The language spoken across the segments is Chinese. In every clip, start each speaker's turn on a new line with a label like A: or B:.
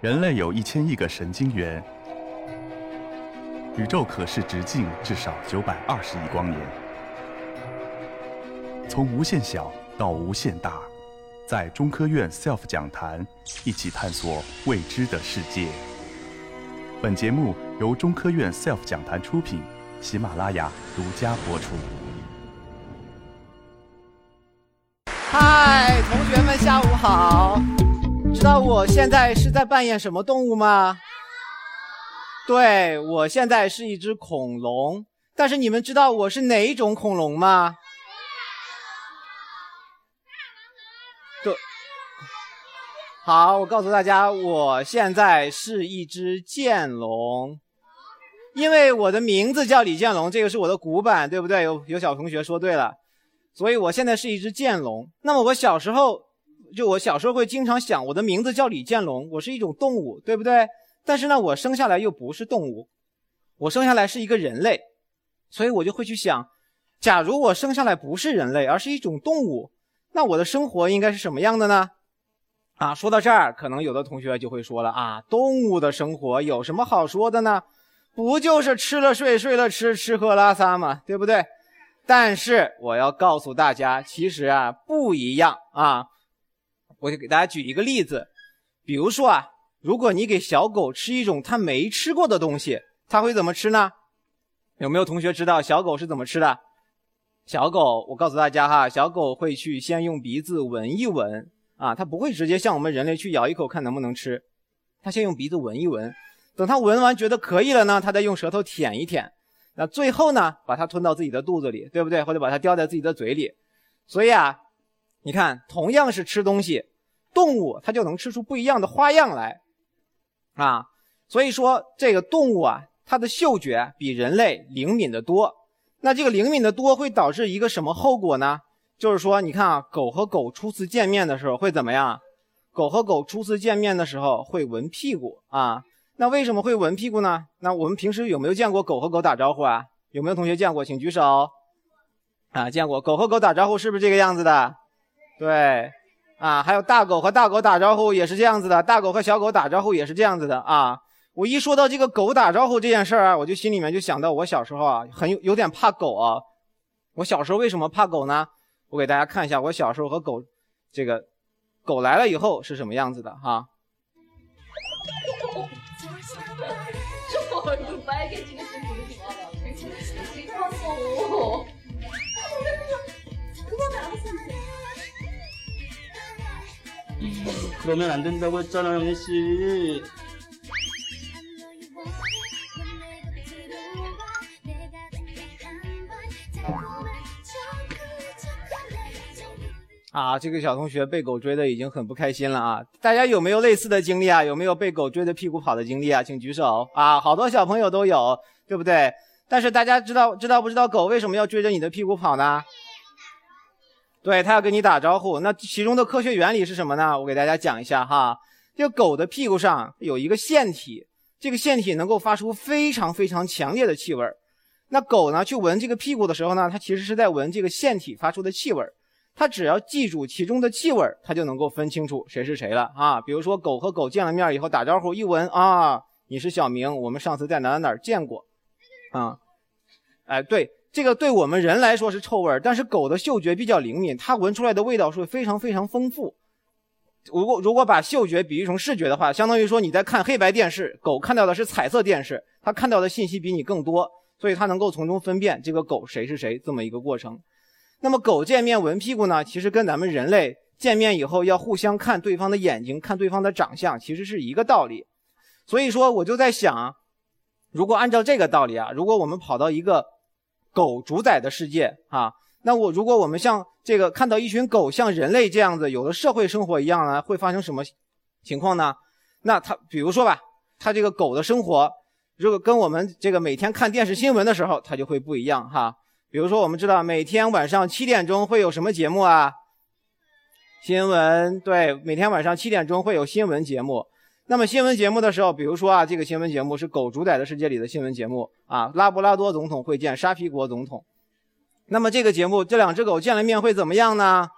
A: 人类有1000亿个神经元，宇宙可视直径至少920亿光年。从无限小到无限大，在中科院 SELF 讲坛一起探索未知的世界。本节目由中科院 SELF 讲坛出品，喜马拉雅独家播出。
B: 嗨，同学们下午好。知道我现在是在扮演什么动物吗？对，我现在是一只恐龙。但是你们知道我是哪一种恐龙吗？对，好，我告诉大家，我现在是一只剑龙。因为我的名字叫李剑龙，这个是我的古板，对不对？有小同学说对了。所以我现在是一只剑龙。那么我小时候会经常想，我的名字叫李剑龙，我是一种动物，对不对？但是呢，我生下来又不是动物，我生下来是一个人类。所以我就会去想，假如我生下来不是人类，而是一种动物，那我的生活应该是什么样的呢？说到这儿，可能有的同学就会说了动物的生活有什么好说的呢？不就是吃了睡，睡了吃，吃喝拉撒嘛，对不对？但是我要告诉大家，其实不一样我就给大家举一个例子，比如说如果你给小狗吃一种它没吃过的东西，它会怎么吃呢？有没有同学知道小狗是怎么吃的？小狗，我告诉大家小狗会去先用鼻子闻一闻它不会直接像我们人类去咬一口看能不能吃，它先用鼻子闻一闻，等它闻完觉得可以了呢，它再用舌头舔一舔，那最后呢，把它吞到自己的肚子里，对不对？或者把它叼在自己的嘴里。所以你看，同样是吃东西，动物它就能吃出不一样的花样来所以说这个动物它的嗅觉比人类灵敏得多。那这个灵敏得多会导致一个什么后果呢？就是说你看狗和狗初次见面的时候会怎么样？狗和狗初次见面的时候会闻屁股那为什么会闻屁股呢？那我们平时有没有见过狗和狗打招呼有没有同学见过？请举手见过。狗和狗打招呼是不是这个样子的？对还有大狗和大狗打招呼也是这样子的，大狗和小狗打招呼也是这样子的我一说到这个狗打招呼这件事儿我就心里面就想到我小时候有点怕狗我小时候为什么怕狗呢？我给大家看一下我小时候和狗狗来了以后是什么样子的
C: 좀 빨개지게 생긴 거 그거는 알았었는데.
D: 그러면 안 된다고 했잖아, 영애 씨.
B: 这个小同学被狗追的已经很不开心了大家有没有类似的经历有没有被狗追着屁股跑的经历请举手好多小朋友都有，对不对？但是大家知道不知道狗为什么要追着你的屁股跑呢？对，它要跟你打招呼。那其中的科学原理是什么呢？我给大家讲一下这个狗的屁股上有一个腺体，这个腺体能够发出非常非常强烈的气味。那狗呢去闻这个屁股的时候呢，它其实是在闻这个腺体发出的气味。它只要记住其中的气味，它就能够分清楚谁是谁了比如说狗和狗见了面以后打招呼一闻你是小明，我们上次在哪哪见过对，这个对我们人来说是臭味，但是狗的嗅觉比较灵敏，它闻出来的味道是非常非常丰富。如果把嗅觉比喻成视觉的话，相当于说你在看黑白电视，狗看到的是彩色电视，它看到的信息比你更多，所以它能够从中分辨这个狗谁是谁这么一个过程。那么狗见面闻屁股呢，其实跟咱们人类见面以后要互相看对方的眼睛，看对方的长相，其实是一个道理。所以说我就在想如果按照这个道理如果我们跑到一个狗主宰的世界那如果我们像这个看到一群狗像人类这样子有的社会生活一样会发生什么情况呢？那比如说吧，它这个狗的生活如果跟我们这个每天看电视新闻的时候它就会不一样比如说我们知道每天晚上7点钟会有什么节目新闻。对，每天晚上7点钟会有新闻节目。那么新闻节目的时候，比如说这个新闻节目是狗主宰的世界里的新闻节目拉布拉多总统会见沙皮国总统。那么这个节目这两只狗见了面会怎么样呢？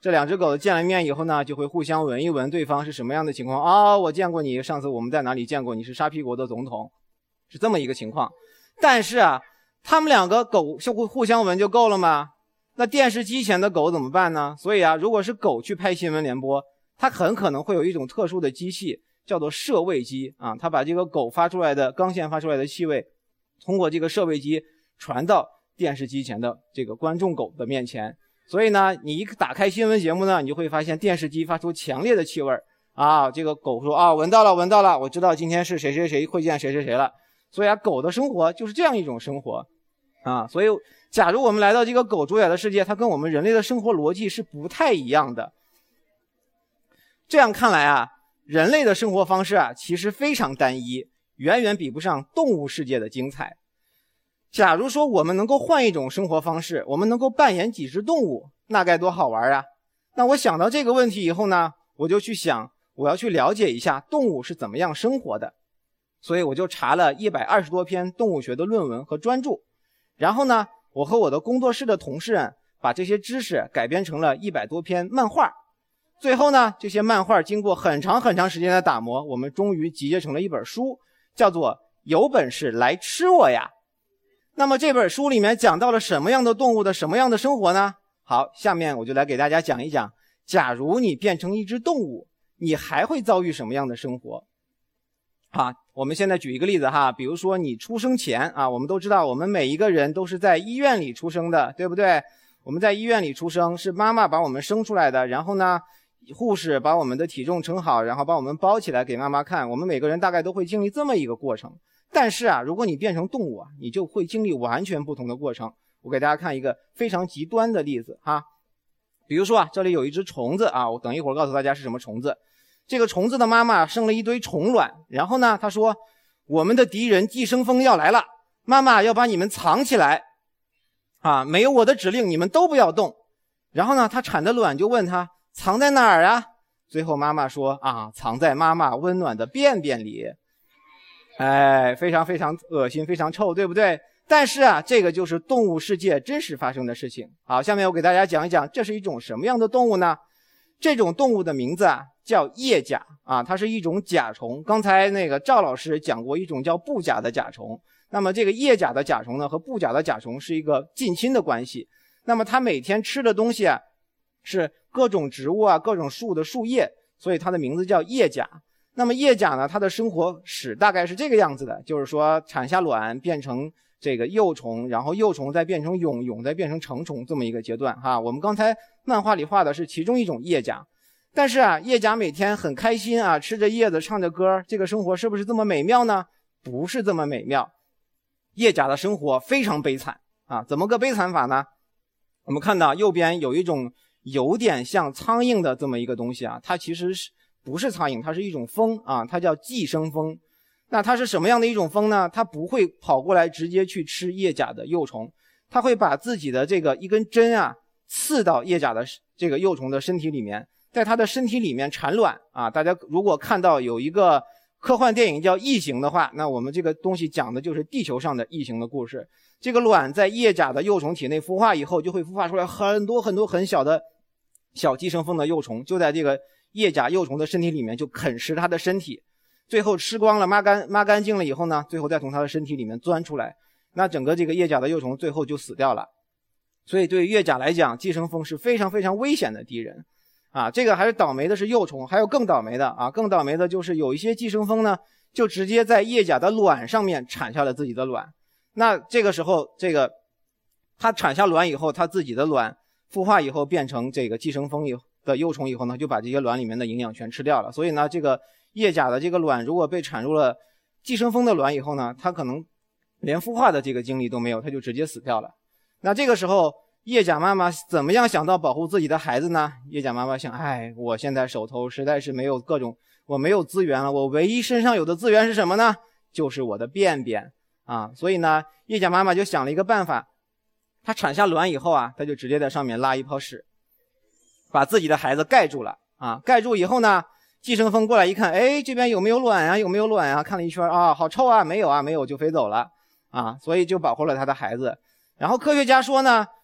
B: 这两只狗见了面以后呢，就会互相闻一闻对方是什么样的情况。哦，我见过你，上次我们在哪里见过，你是沙皮国的总统，是这么一个情况。但是啊，他们两个狗就会互相闻就够了吗？那电视机前的狗怎么办呢？所以啊，如果是狗去拍新闻联播，它很可能会有一种特殊的机器，叫做摄味机啊，它把这个狗发出来的钢线发出来的气味，通过这个摄味机传到电视机前的这个观众狗的面前。所以呢，你一打开新闻节目呢，你就会发现电视机发出强烈的气味啊，这个狗说啊，闻到了，闻到了，我知道今天是谁谁谁会见谁谁谁了。所以啊，狗的生活就是这样一种生活啊。所以假如我们来到这个狗主宰的世界，它跟我们人类的生活逻辑是不太一样的。这样看来啊，人类的生活方式啊，其实非常单一，远远比不上动物世界的精彩。假如说我们能够换一种生活方式，我们能够扮演几只动物，那该多好玩啊。那我想到这个问题以后呢，我就去想，我要去了解一下动物是怎么样生活的。所以我就查了120多篇动物学的论文和专著，然后呢，我和我的工作室的同事把这些知识改编成了100多篇漫画。最后呢，这些漫画经过很长很长时间的打磨，我们终于集结成了一本书，叫做《有本事来吃我呀》。那么这本书里面讲到了什么样的动物的什么样的生活呢？好，下面我就来给大家讲一讲，假如你变成一只动物，你还会遭遇什么样的生活？我们现在举一个例子哈，比如说你出生前啊，我们都知道我们每一个人都是在医院里出生的，对不对？我们在医院里出生，是妈妈把我们生出来的，然后呢，护士把我们的体重称好，然后把我们包起来给妈妈看。我们每个人大概都会经历这么一个过程。但是啊，如果你变成动物啊，你就会经历完全不同的过程。我给大家看一个非常极端的例子哈，比如说啊，这里有一只虫子啊，我等一会儿告诉大家是什么虫子。这个虫子的妈妈生了一堆虫卵，然后呢，她说我们的敌人寄生蜂要来了，妈妈要把你们藏起来啊，没有我的指令你们都不要动。然后呢，她产的卵就问她藏在哪儿啊？最后妈妈说啊，藏在妈妈温暖的便便里。非常非常恶心，非常臭，对不对？但是啊，这个就是动物世界真实发生的事情。好，下面我给大家讲一讲，这是一种什么样的动物呢？这种动物的名字啊叫叶甲啊，它是一种甲虫。刚才那个赵老师讲过一种叫布甲的甲虫，那么这个叶甲的甲虫呢和布甲的甲虫是一个近亲的关系。那么它每天吃的东西啊是各种植物啊，各种树的树叶，所以它的名字叫叶甲。那么叶甲呢，它的生活史大概是这个样子的，就是说产下卵变成这个幼虫，然后幼虫再变成蛹，蛹再变成成虫，这么一个阶段哈。我们刚才漫画里画的是其中一种叶甲。但是啊，叶甲每天很开心啊，吃着叶子唱着歌，这个生活是不是这么美妙呢？不是这么美妙。叶甲的生活非常悲惨啊，怎么个悲惨法呢？我们看到右边有一种有点像苍蝇的这么一个东西啊，它其实不是苍蝇，它是一种蜂啊，它叫寄生蜂。那它是什么样的一种蜂呢？它不会跑过来直接去吃叶甲的幼虫，它会把自己的这个一根针啊刺到叶甲的这个幼虫的身体里面，在它的身体里面产卵啊。大家如果看到有一个科幻电影叫《异形》的话，那我们这个东西讲的就是地球上的异形的故事。这个卵在叶甲的幼虫体内孵化以后，就会孵化出来很多很多很小的小寄生蜂的幼虫，就在这个叶甲幼虫的身体里面就啃食它的身体，最后吃光了，抹干净了以后呢，最后再从它的身体里面钻出来，那整个这个叶甲的幼虫最后就死掉了。所以对于叶甲来讲，寄生蜂是非常非常危险的敌人啊。这个还是倒霉的是幼虫，还有更倒霉的啊，更倒霉的就是有一些寄生蜂呢，就直接在叶甲的卵上面产下了自己的卵。那这个时候，这个它产下卵以后，它自己的卵孵化以后变成这个寄生蜂的幼虫以后呢，就把这些卵里面的营养全吃掉了。所以呢，这个叶甲的这个卵如果被产入了寄生蜂的卵以后呢，它可能连孵化的这个精力都没有，它就直接死掉了。那这个时候叶甲妈妈怎么样想到保护自己的孩子呢？叶甲妈妈想，我现在手头实在是没有我没有资源了，我唯一身上有的资源是什么呢？就是我的便便啊。所以呢，叶甲妈妈就想了一个办法，她产下卵以后啊，她就直接在上面拉一泡屎，把自己的孩子盖住了啊。盖住以后呢，寄生蜂过来一看，这边有没有卵啊？有没有卵啊？看了一圈啊，好臭啊，没有啊，没有就飞走了啊。所以就保护了他的孩子。然后科学家说呢，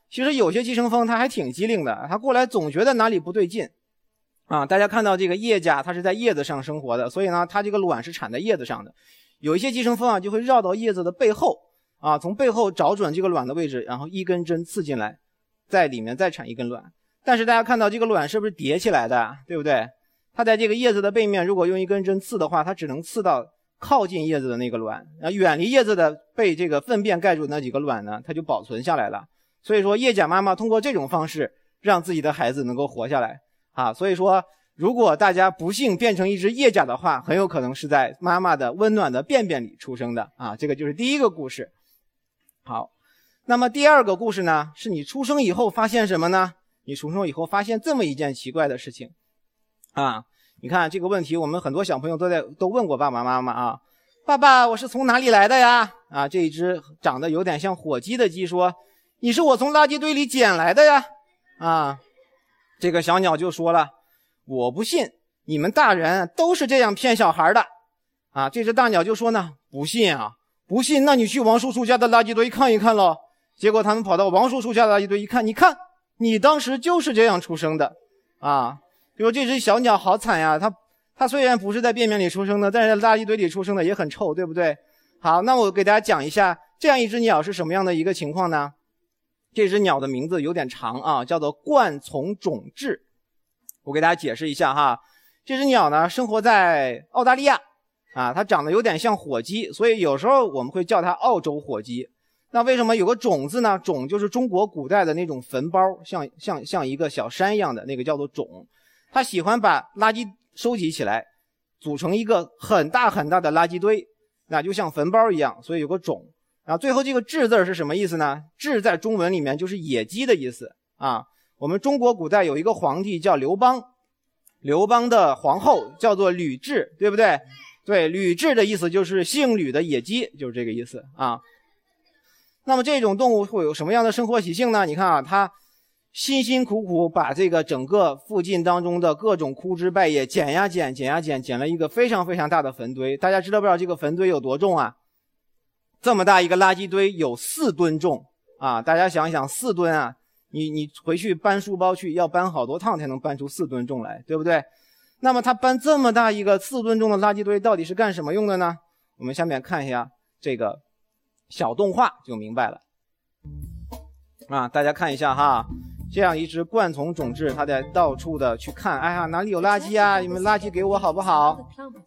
B: 其实有些寄生蜂它还挺机灵的，它过来总觉得哪里不对劲啊。大家看到这个叶甲，它是在叶子上生活的，所以呢，它这个卵是产在叶子上的。有一些寄生蜂啊，就会绕到叶子的背后啊，从背后找准这个卵的位置，然后一根针刺进来，在里面再产一根卵。但是大家看到这个卵是不是叠起来的，对不对？它在这个叶子的背面，如果用一根针刺的话，它只能刺到靠近叶子的那个卵，远离叶子的被这个粪便盖住那几个卵呢，它就保存下来了。所以说叶甲妈妈通过这种方式让自己的孩子能够活下来啊。所以说如果大家不幸变成一只叶甲的话，很有可能是在妈妈的温暖的便便里出生的啊。这个就是第一个故事。好，那么第二个故事呢，是你出生以后发现什么呢？你出生以后发现这么一件奇怪的事情啊。你看这个问题，我们很多小朋友都问过爸爸妈妈啊。爸爸，我是从哪里来的呀？啊，这一只长得有点像火鸡的鸡说，你是我从垃圾堆里捡来的呀。啊，这个小鸟就说了，我不信，你们大人都是这样骗小孩的。啊，这只大鸟就说呢，不信啊，不信，那你去王叔叔家的垃圾堆看一看咯。结果他们跑到王叔叔家的垃圾堆一看，你看，你当时就是这样出生的啊。比如这只小鸟好惨呀，它虽然不是在便便里出生的，但是在垃圾堆里出生的也很臭，对不对？好，那我给大家讲一下这样一只鸟是什么样的一个情况呢？这只鸟的名字有点长啊，叫做冠丛种雉。我给大家解释一下哈，这只鸟呢生活在澳大利亚啊，它长得有点像火鸡，所以有时候我们会叫它澳洲火鸡。那为什么有个种字呢？种就是中国古代的那种坟包，像一个小山一样的那个叫做种。它喜欢把垃圾收集起来，组成一个很大很大的垃圾堆，那就像坟包一样，所以有个种。然后最后这个雉字是什么意思呢？雉在中文里面就是野鸡的意思啊。我们中国古代有一个皇帝叫刘邦，刘邦的皇后叫做吕雉，对不对？对，吕雉的意思就是姓吕的野鸡，就是这个意思啊。那么这种动物会有什么样的生活习性呢？你看啊，它辛辛苦苦把这个整个附近当中的各种枯枝败叶捡呀捡，捡了一个非常非常大的坟堆。大家知道不知道这个坟堆有多重啊？这么大一个垃圾堆有4吨重啊！大家想想4吨啊，你回去搬书包去要搬好多趟才能搬出4吨重来，对不对？那么他搬这么大一个4吨重的垃圾堆到底是干什么用的呢？我们下面看一下这个小动画就明白了啊！大家看一下哈，这样一只冠丛种雉，它在到处的去看，哎呀，哪里有垃圾啊？你们垃圾给我好不好？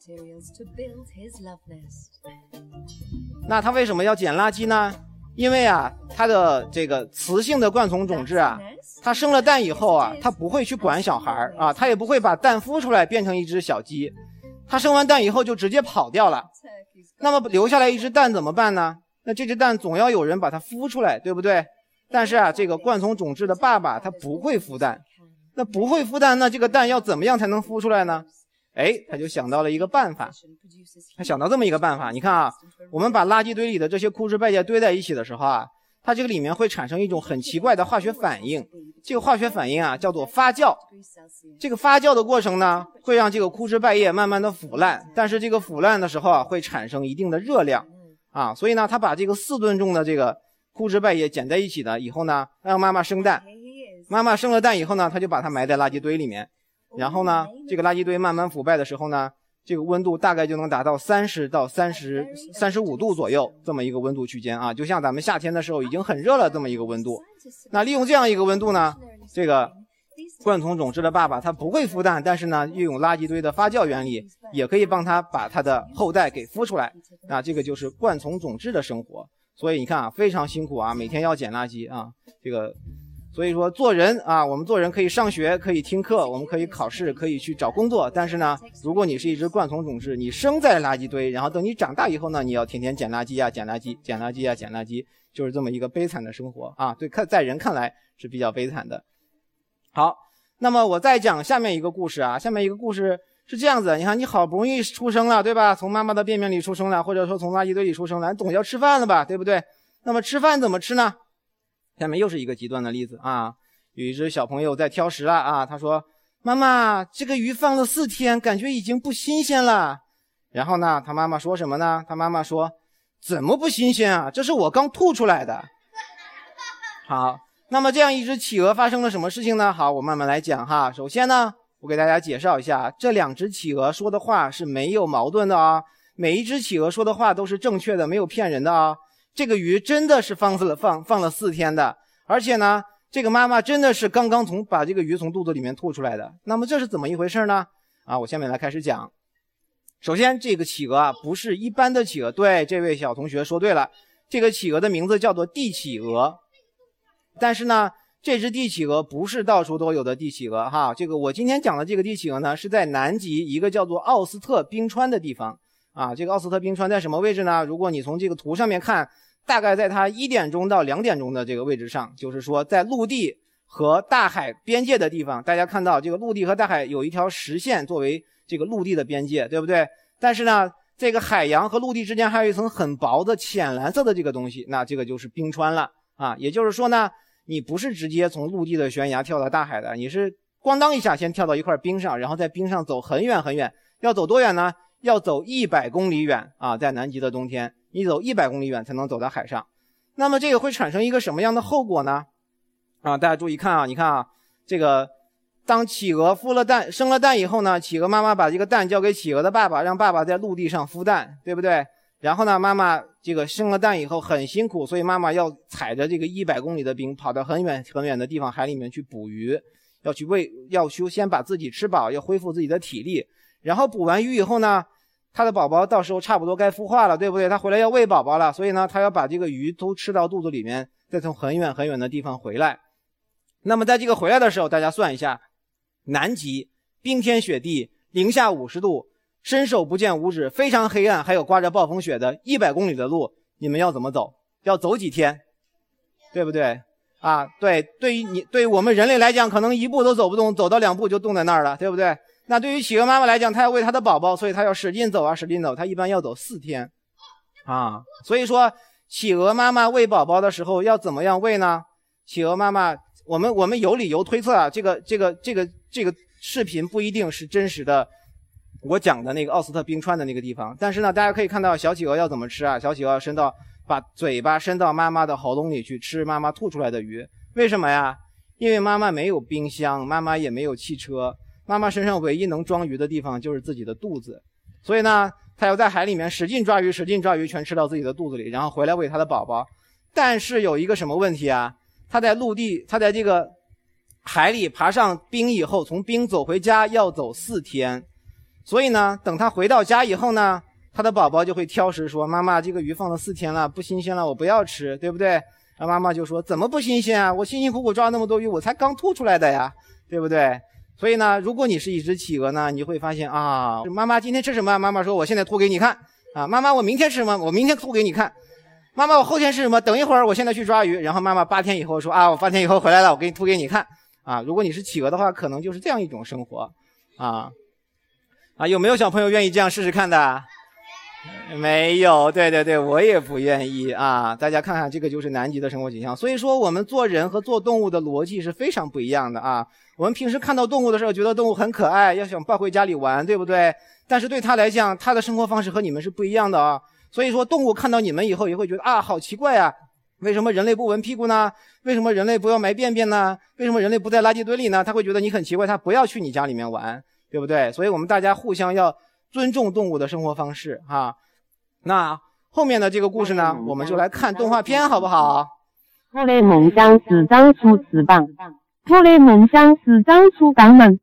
B: 那它为什么要捡垃圾呢？因为啊，它的这个雌性的冠丛种雉啊，它生了蛋以后啊，它不会去管小孩啊，它也不会把蛋孵出来变成一只小鸡，它生完蛋以后就直接跑掉了。那么留下来一只蛋怎么办呢？那这只蛋总要有人把它孵出来，对不对？但是啊，这个冠丛种雉的爸爸他不会孵蛋，那不会孵蛋，那这个蛋要怎么样才能孵出来呢？哎，他就想到了一个办法，他想到这么一个办法，你看啊，我们把垃圾堆里的这些枯枝败叶堆在一起的时候啊，它这个里面会产生一种很奇怪的化学反应，这个化学反应啊叫做发酵。这个发酵的过程呢，会让这个枯枝败叶慢慢的腐烂，但是这个腐烂的时候啊，会产生一定的热量啊，所以呢，他把这个4吨重的这个枯枝败叶捡在一起的以后呢，让妈妈生蛋，妈妈生了蛋以后呢，他就把它埋在垃圾堆里面。然后呢，这个垃圾堆慢慢腐败的时候呢，这个温度大概就能达到30到35度左右这么一个温度区间啊，就像咱们夏天的时候已经很热了这么一个温度。那利用这样一个温度呢，这个冠丛种雉的爸爸他不会孵蛋，但是呢，利用垃圾堆的发酵原理，也可以帮他把他的后代给孵出来。那这个就是冠丛种雉的生活。所以你看啊，非常辛苦啊，每天要捡垃圾啊，这个。所以说做人啊，我们做人可以上学，可以听课，我们可以考试，可以去找工作。但是呢，如果你是一只冠丛种雉，你生在垃圾堆，然后等你长大以后呢，你要天天捡垃圾呀，捡垃圾，捡垃圾呀，捡垃圾，就是这么一个悲惨的生活啊。对，在人看来是比较悲惨的。好，那么我再讲下面一个故事啊，下面一个故事是这样子，你看你好不容易出生了，对吧？从妈妈的便便里出生了，或者说从垃圾堆里出生了，你总要吃饭了吧，对不对？那么吃饭怎么吃呢？下面又是一个极端的例子啊，有一只小朋友在挑食了啊，他说：“妈妈，这个鱼放了4天，感觉已经不新鲜了。”然后呢，他妈妈说什么呢？他妈妈说：“怎么不新鲜啊？这是我刚吐出来的。”好， 那么这样一只企鹅发生了什么事情呢？好，我慢慢来讲哈。首先呢，我给大家介绍一下，这两只企鹅说的话是没有矛盾的啊，每一只企鹅说的话都是正确的，没有骗人的啊。这个鱼真的是放了4天的，而且呢，这个妈妈真的是刚刚把这个鱼从肚子里面吐出来的。那么这是怎么一回事呢？啊，我下面来开始讲。首先，这个企鹅啊不是一般的企鹅，对，这位小同学说对了，这个企鹅的名字叫做帝企鹅。但是呢，这只帝企鹅不是到处都有的帝企鹅哈。这个我今天讲的这个帝企鹅呢，是在南极一个叫做奥斯特冰川的地方啊。这个奥斯特冰川在什么位置呢？如果你从这个图上面看，大概在它1点钟到2点钟的这个位置上，就是说在陆地和大海边界的地方。大家看到这个陆地和大海有一条实线作为这个陆地的边界，对不对？但是呢，这个海洋和陆地之间还有一层很薄的浅蓝色的这个东西，那这个就是冰川了啊。也就是说呢，你不是直接从陆地的悬崖跳到大海的，你是咣当一下先跳到一块冰上，然后在冰上走很远很远。要走多远呢？要走100公里远啊！在南极的冬天，你走100公里远才能走到海上。那么这个会产生一个什么样的后果呢？啊，大家注意看啊，你看啊，这个当企鹅生了蛋以后呢，企鹅妈妈把这个蛋交给企鹅的爸爸，让爸爸在陆地上孵蛋，对不对？然后呢，妈妈这个生了蛋以后很辛苦，所以妈妈要踩着这个100公里的冰，跑到很远很远的地方海里面去捕鱼，要先把自己吃饱，要恢复自己的体力。然后捕完鱼以后呢，他的宝宝到时候差不多该孵化了，对不对？他回来要喂宝宝了，所以呢，他要把这个鱼都吃到肚子里面，再从很远很远的地方回来。那么在这个回来的时候，大家算一下，南极冰天雪地，零下50度，伸手不见五指，非常黑暗，还有刮着暴风雪的100公里的路，你们要怎么走？要走几天？对不对？啊，对于我们人类来讲，可能1步都走不动，走到2步就冻在那儿了，对不对？那对于企鹅妈妈来讲，她要喂她的宝宝，所以她要使劲走啊，使劲走，她一般要走4天啊。所以说，企鹅妈妈喂宝宝的时候要怎么样喂呢？企鹅妈妈，我们有理由推测啊，这个视频不一定是真实的。我讲的那个奥斯特冰川的那个地方，但是呢，大家可以看到小企鹅要怎么吃啊？小企鹅把嘴巴伸到妈妈的喉咙里去吃妈妈吐出来的鱼。为什么呀？因为妈妈没有冰箱，妈妈也没有汽车，妈妈身上唯一能装鱼的地方就是自己的肚子，所以呢，她要在海里面使劲抓鱼，全吃到自己的肚子里，然后回来喂她的宝宝。但是有一个什么问题啊？她在这个海里爬上冰以后，从冰走回家要走4天。所以呢，等他回到家以后呢，他的宝宝就会挑食，说妈妈，这个鱼放了4天了，不新鲜了，我不要吃，对不对？然后妈妈就说怎么不新鲜啊？我辛辛苦苦抓那么多鱼，我才刚吐出来的呀，对不对？所以呢，如果你是一只企鹅呢，你会发现啊，妈妈今天吃什么？妈妈说我现在吐给你看啊。妈妈我明天吃什么？我明天吐给你看。妈妈我后天吃什么？等一会儿我现在去抓鱼。然后妈妈8天以后说啊，我8天以后回来了，我给你吐给你看啊。如果你是企鹅的话，可能就是这样一种生活啊。有没有小朋友愿意这样试试看的？没有，对，我也不愿意啊。大家看看，这个就是南极的生活景象。所以说，我们做人和做动物的逻辑是非常不一样的啊。我们平时看到动物的时候，觉得动物很可爱，要想抱回家里玩，对不对？但是对他来讲，他的生活方式和你们是不一样的啊。所以说，动物看到你们以后也会觉得啊，好奇怪啊，为什么人类不闻屁股呢？为什么人类不要埋便便呢？为什么人类不在垃圾堆里呢？他会觉得你很奇怪，他不要去你家里面玩。对不对？所以我们大家互相要尊重动物的生活方式哈。那后面的这个故事呢，我们就来看动画片好不好？
E: 我的梦想是长出翅膀，我的梦想是长出肛门。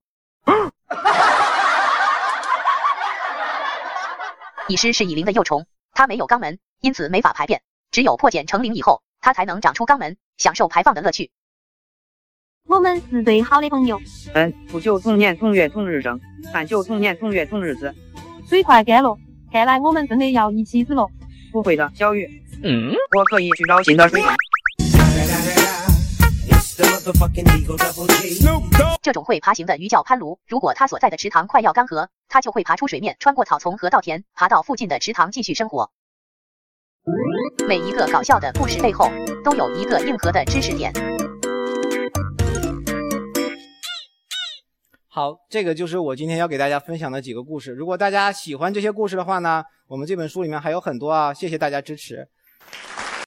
F: 蚁狮是蚁灵的幼虫，它没有肛门，因此没法排便，只有破茧成蛹以后，它才能长出肛门，享受排放的乐趣。
E: 我们是最好的朋友。
G: 不久同年同月同日生，3久同年同月同日子。
E: 水快干了，看来我们真的要一起死了。
G: 不会的，小雨。我可以去找新的水源。
F: 这种会爬行的鱼叫攀鲈，如果它所在的池塘快要干涸，它就会爬出水面，穿过草丛和稻田，爬到附近的池塘继续生活。每一个搞笑的故事背后，都有一个硬核的知识点。
B: 好，这个就是我今天要给大家分享的几个故事。如果大家喜欢这些故事的话呢，我们这本书里面还有很多啊，谢谢大家支持。